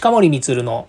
近森光の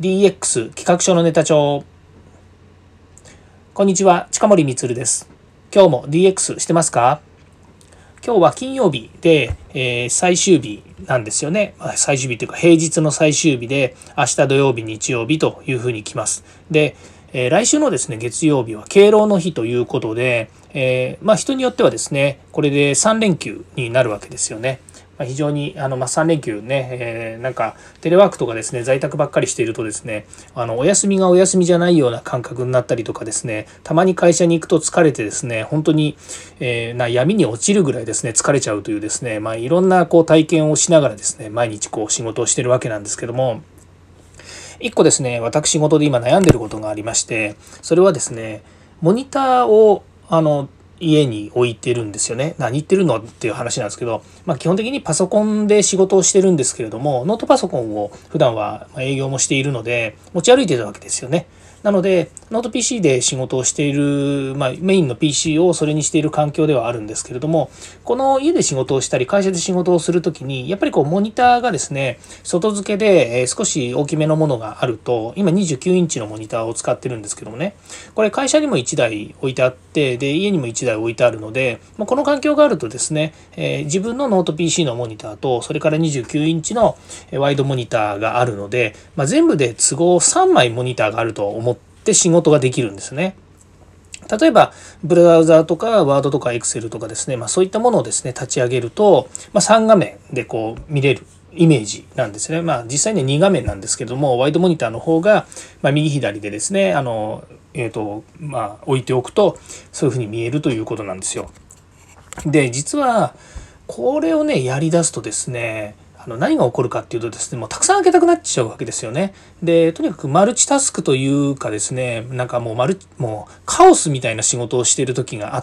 DX 企画書のネタ帳。こんにちは、近森光です。今日も DX してますか？今日は金曜日で、最終日なんですよね。最終日というか平日の最終日で、明日土曜日日曜日というふうに来ます。で、来週のですね月曜日は敬老の日ということで、人によってはですねこれで3連休になるわけですよね。非常に3連休ね、なんかテレワークとかですね在宅ばっかりしているとですねお休みがお休みじゃないような感覚になったりとかですね、たまに会社に行くと疲れてですね本当に、闇に落ちるぐらいですね疲れちゃうというですね、いろんな体験をしながらですね毎日仕事をしているわけなんですけども、一個ですね私事で今悩んでいることがありまして、それはですねモニターを家に置いてるんですよね。何言ってるのっていう話なんですけど、基本的にパソコンで仕事をしてるんですけれども、ノートパソコンを普段は営業もしているので持ち歩いているわけですよね。なのでノート PC で仕事をしている、メインの PC をそれにしている環境ではあるんですけれども、この家で仕事をしたり会社で仕事をするときにやっぱりモニターがですね外付けで少し大きめのものがあると、今29インチのモニターを使ってるんですけどもね、これ会社にも1台置いてあって、で家にも1台置いてあるので、この環境があるとですね、自分のノート PC のモニターとそれから29インチのワイドモニターがあるので、全部で都合3枚モニターがあると思って仕事ができるんですね。例えばブラウザーとかワードとかエクセルとかですね、そういったものをですね立ち上げると、3画面で見れるイメージなんですね。実際には2画面なんですけども、ワイドモニターの方が右左でですね置いておくとそういうふうに見えるということなんですよ。で実はこれをねやりだすとですね何が起こるかっていうとですね、もうたくさん開けたくなっちゃうわけですよね。でとにかくマルチタスクというかですね、もうカオスみたいな仕事をしている時があって、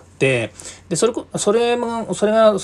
でそれが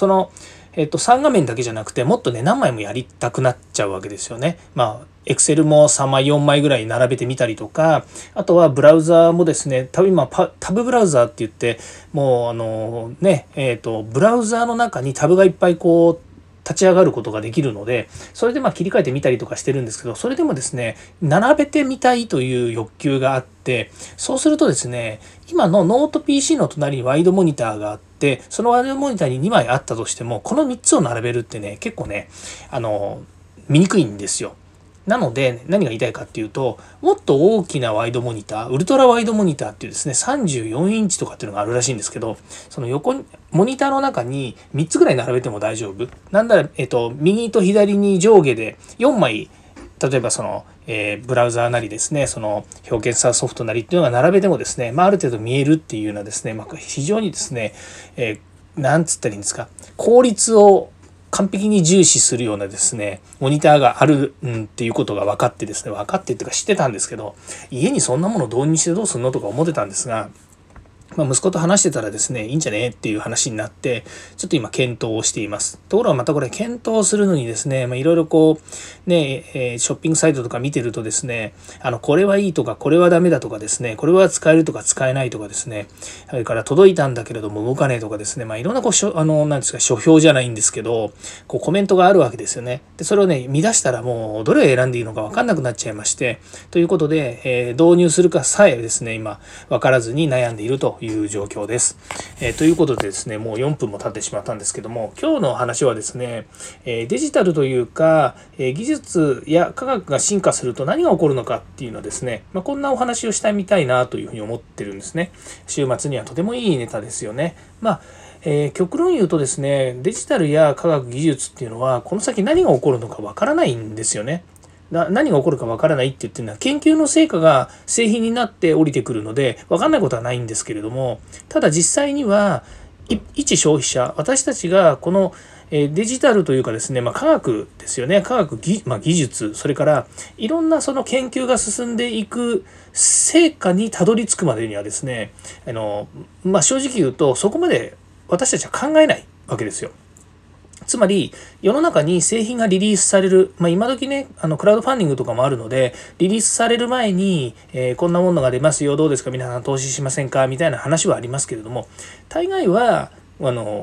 3画面だけじゃなくてもっとね何枚もやりたくなっちゃうわけですよね。エクセルも3枚4枚ぐらい並べてみたりとか、あとはブラウザーもですね今タブブラウザーって言って、もうブラウザーの中にタブがいっぱい立ち上がることができるので、それで切り替えてみたりとかしてるんですけど、それでもですね並べてみたいという欲求があって、そうするとですね今のノート PC の隣にワイドモニターがあって、そのワイドモニターに2枚あったとしてもこの3つを並べるってね結構ね見にくいんですよ。なので何が言いたいかっていうと、もっと大きなワイドモニター、ウルトラワイドモニターっていうですね34インチとかっていうのがあるらしいんですけど、そのモニターの中に3つぐらい並べても大丈夫なんだら、右と左に上下で4枚、例えばブラウザーなりですね表現者ソフトなりっていうのが並べてもですね、ある程度見えるっていうようなですね、非常にですね、なんつったらいいんですか、効率を完璧に重視するようなですねモニターがあるっていうことが分かってですね、分かってっていうか知ってたんですけど、家にそんなもの導入してどうするのとか思ってたんですが、息子と話してたらですねいいんじゃねっていう話になって、ちょっと今検討をしています。ところがまたこれ検討するのにですね、いろいろショッピングサイトとか見てるとですね、これはいいとかこれはダメだとかですね、これは使えるとか使えないとかですね、それから届いたんだけれども動かねえとかですね、いろんななんですか、書評じゃないんですけどコメントがあるわけですよね。でそれをね見出したらもうどれを選んでいいのか分かんなくなっちゃいまして、ということで、導入するかさえですね今分からずに悩んでいるという状況です。ということでですね、もう4分も経ってしまったんですけども、今日の話はですね、デジタルというか、技術や科学が進化すると何が起こるのかっていうのはですね、こんなお話をしてみたいなというふうに思ってるんですね。週末にはとてもいいネタですよね。極論言うとですね、デジタルや科学技術っていうのはこの先何が起こるのかわからないんですよね。何が起こるかわからないって言ってるのは研究の成果が製品になって降りてくるので分かんないことはないんですけれども、ただ実際には一消費者、私たちがこのデジタルというかですね、科学ですよね、科学技術、それからいろんなその研究が進んでいく成果にたどり着くまでにはですね、正直言うとそこまで私たちは考えないわけですよ。つまり世の中に製品がリリースされる、今時ねクラウドファンディングとかもあるので、リリースされる前に、こんなものが出ますよ、どうですか皆さん投資しませんかみたいな話はありますけれども、大概は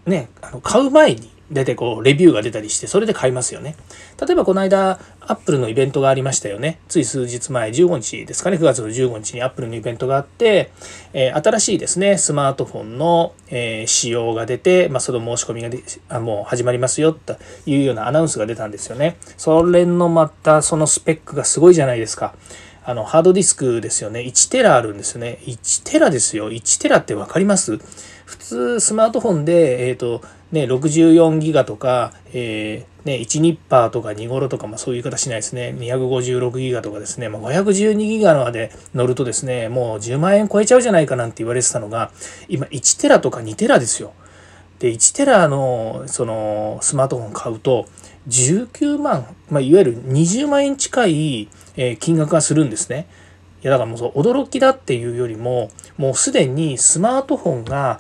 ね、買う前に大体レビューが出たりして、それで買いますよね。例えばこの間アップルのイベントがありましたよね。つい数日前、15日ですかね、9月の15日にアップルのイベントがあって、新しいですねスマートフォンの、仕様が出て、その申し込みがもう始まりますよというようなアナウンスが出たんですよね。それのまたそのスペックがすごいじゃないですか。ハードディスクですよね。1テラあるんですよね。1テラですよ。1テラって分かります？普通スマートフォンで、64ギガとか、1ニッパーとか2ゴロとか、そういう言い方しないですね。256ギガとかですね、512ギガまで乗るとですね、もう10万円超えちゃうじゃないかなんて言われてたのが、今1テラとか2テラですよ。で、1テラのそのスマートフォン買うと19万、いわゆる20万円近い金額がするんですね。いやだからもう驚きだっていうよりも、もうすでにスマートフォンが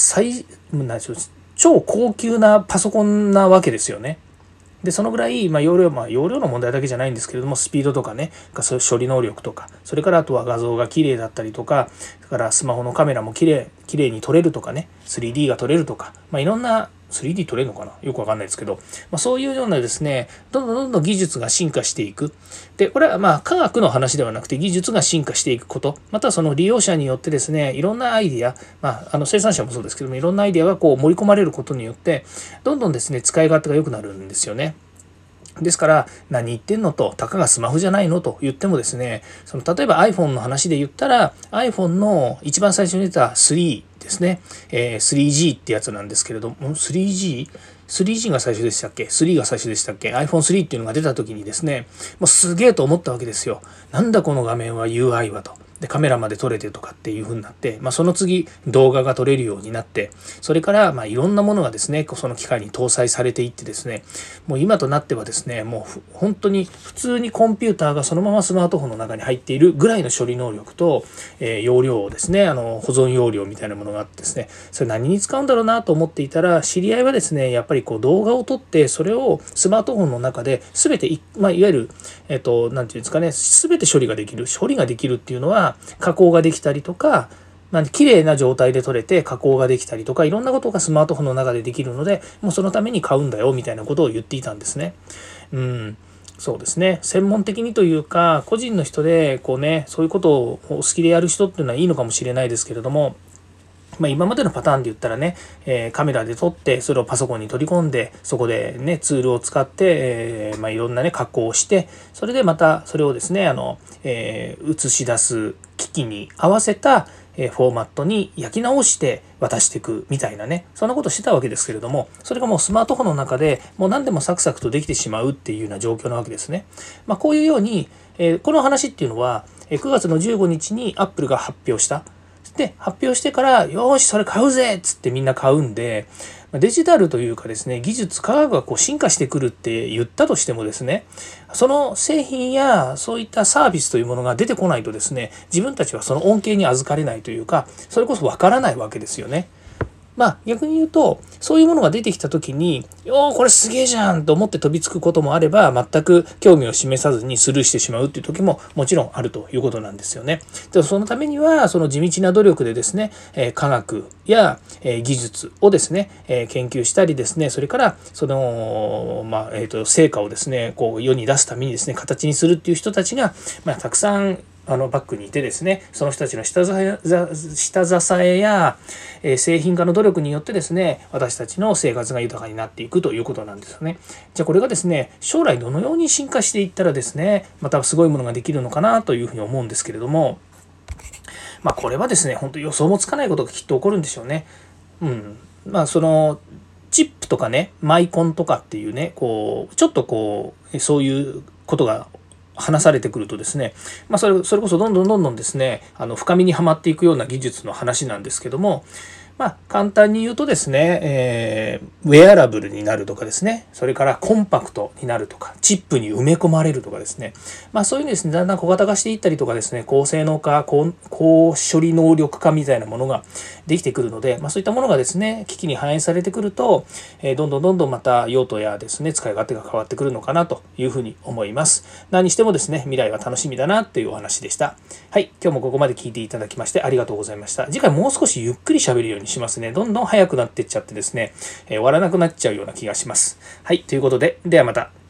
超高級なパソコンなわけですよね。でそのぐらい、容量の問題だけじゃないんですけれども、スピードとかね、処理能力とか、それからあとは画像が綺麗だったりとか、だからスマホのカメラも綺麗に撮れるとかね、3D が撮れるとか、いろんな 3D 撮れるのかな、よくわかんないですけど、そういうようなですね、どんどん技術が進化していく。でこれは科学の話ではなくて、技術が進化していくこと、またはその利用者によってですね、いろんなアイディア、生産者もそうですけども、いろんなアイディアが盛り込まれることによって、どんどんですね使い勝手が良くなるんですよね。ですから何言ってんのと、たかがスマホじゃないのと言ってもですね、例えば iPhone の話で言ったら iPhone の一番最初に出た3ですね、3G ってやつなんですけれども、3G が最初でしたっけ、3が最初でしたっけ、 iPhone3 っていうのが出た時にですね、もうすげえと思ったわけですよ。なんだこの画面は UI はと。でカメラまで撮れてとかっていう風になって、その次動画が撮れるようになって、それからいろんなものがですねその機械に搭載されていってですね、もう今となってはですね、もう本当に普通にコンピューターがそのままスマートフォンの中に入っているぐらいの処理能力と、容量をですね、保存容量みたいなものがあってですね、それ何に使うんだろうなと思っていたら、知り合いはですね、やっぱり動画を撮ってそれをスマートフォンの中で全ていわゆるなんていうんですかね、全て処理ができるっていうのは、加工ができたりとか、綺麗な状態で撮れて加工ができたりとか、いろんなことがスマートフォンの中でできるので、もうそのために買うんだよみたいなことを言っていたんですね。そうですね。専門的にというか、個人の人でそういうことをお好きでやる人っていうのはいいのかもしれないですけれども、今までのパターンで言ったらね、カメラで撮ってそれをパソコンに取り込んで、そこでねツールを使って、いろんなね加工をして、それでまたそれをですね映し出す機器に合わせたフォーマットに焼き直して渡していくみたいなね、そんなことしてたわけですけれども、それがもうスマートフォンの中でもう何でもサクサクとできてしまうっていうような状況なわけですね。こういうように、この話っていうのは9月の15日にアップルが発表した。で発表してからよーしそれ買うぜっつってみんな買うんで、デジタルというかですね、技術科学が進化してくるって言ったとしてもですね、その製品やそういったサービスというものが出てこないとですね、自分たちはその恩恵に預かれないというか、それこそわからないわけですよね。逆に言うと、そういうものが出てきた時にこれすげえじゃんと思って飛びつくこともあれば、全く興味を示さずにスルーしてしまうっていう時ももちろんあるということなんですよね。でそのためにはその地道な努力でですね、科学や技術をですね研究したりですね、それからその成果をですね世に出すためにですね形にするっていう人たちがたくさんバックにいてですね、その人たちの下支えや製品化の努力によってですね、私たちの生活が豊かになっていくということなんですよね。じゃあこれがですね、将来どのように進化していったらですね、またすごいものができるのかなというふうに思うんですけれども、これはですね、本当予想もつかないことがきっと起こるんでしょうね。そのチップとかね、マイコンとかっていうね、ちょっとそういうことが話されてくるとですね、それこそどんどんですね深みにはまっていくような技術の話なんですけども、簡単に言うとですね、ウェアラブルになるとかですね、それからコンパクトになるとか、チップに埋め込まれるとかですね、そういうですね、だんだん小型化していったりとかですね、高性能化、高処理能力化みたいなものができてくるので、そういったものがですね、機器に反映されてくると、どんどんまた用途やですね、使い勝手が変わってくるのかなというふうに思います。何にしてもですね、未来は楽しみだなっていうお話でした。はい、今日もここまで聞いていただきましてありがとうございました。次回もう少しゆっくり喋るようにしますね。どんどん早くなっていっちゃってですね、終わらなくなっちゃうような気がします。はい、ということで、ではまた。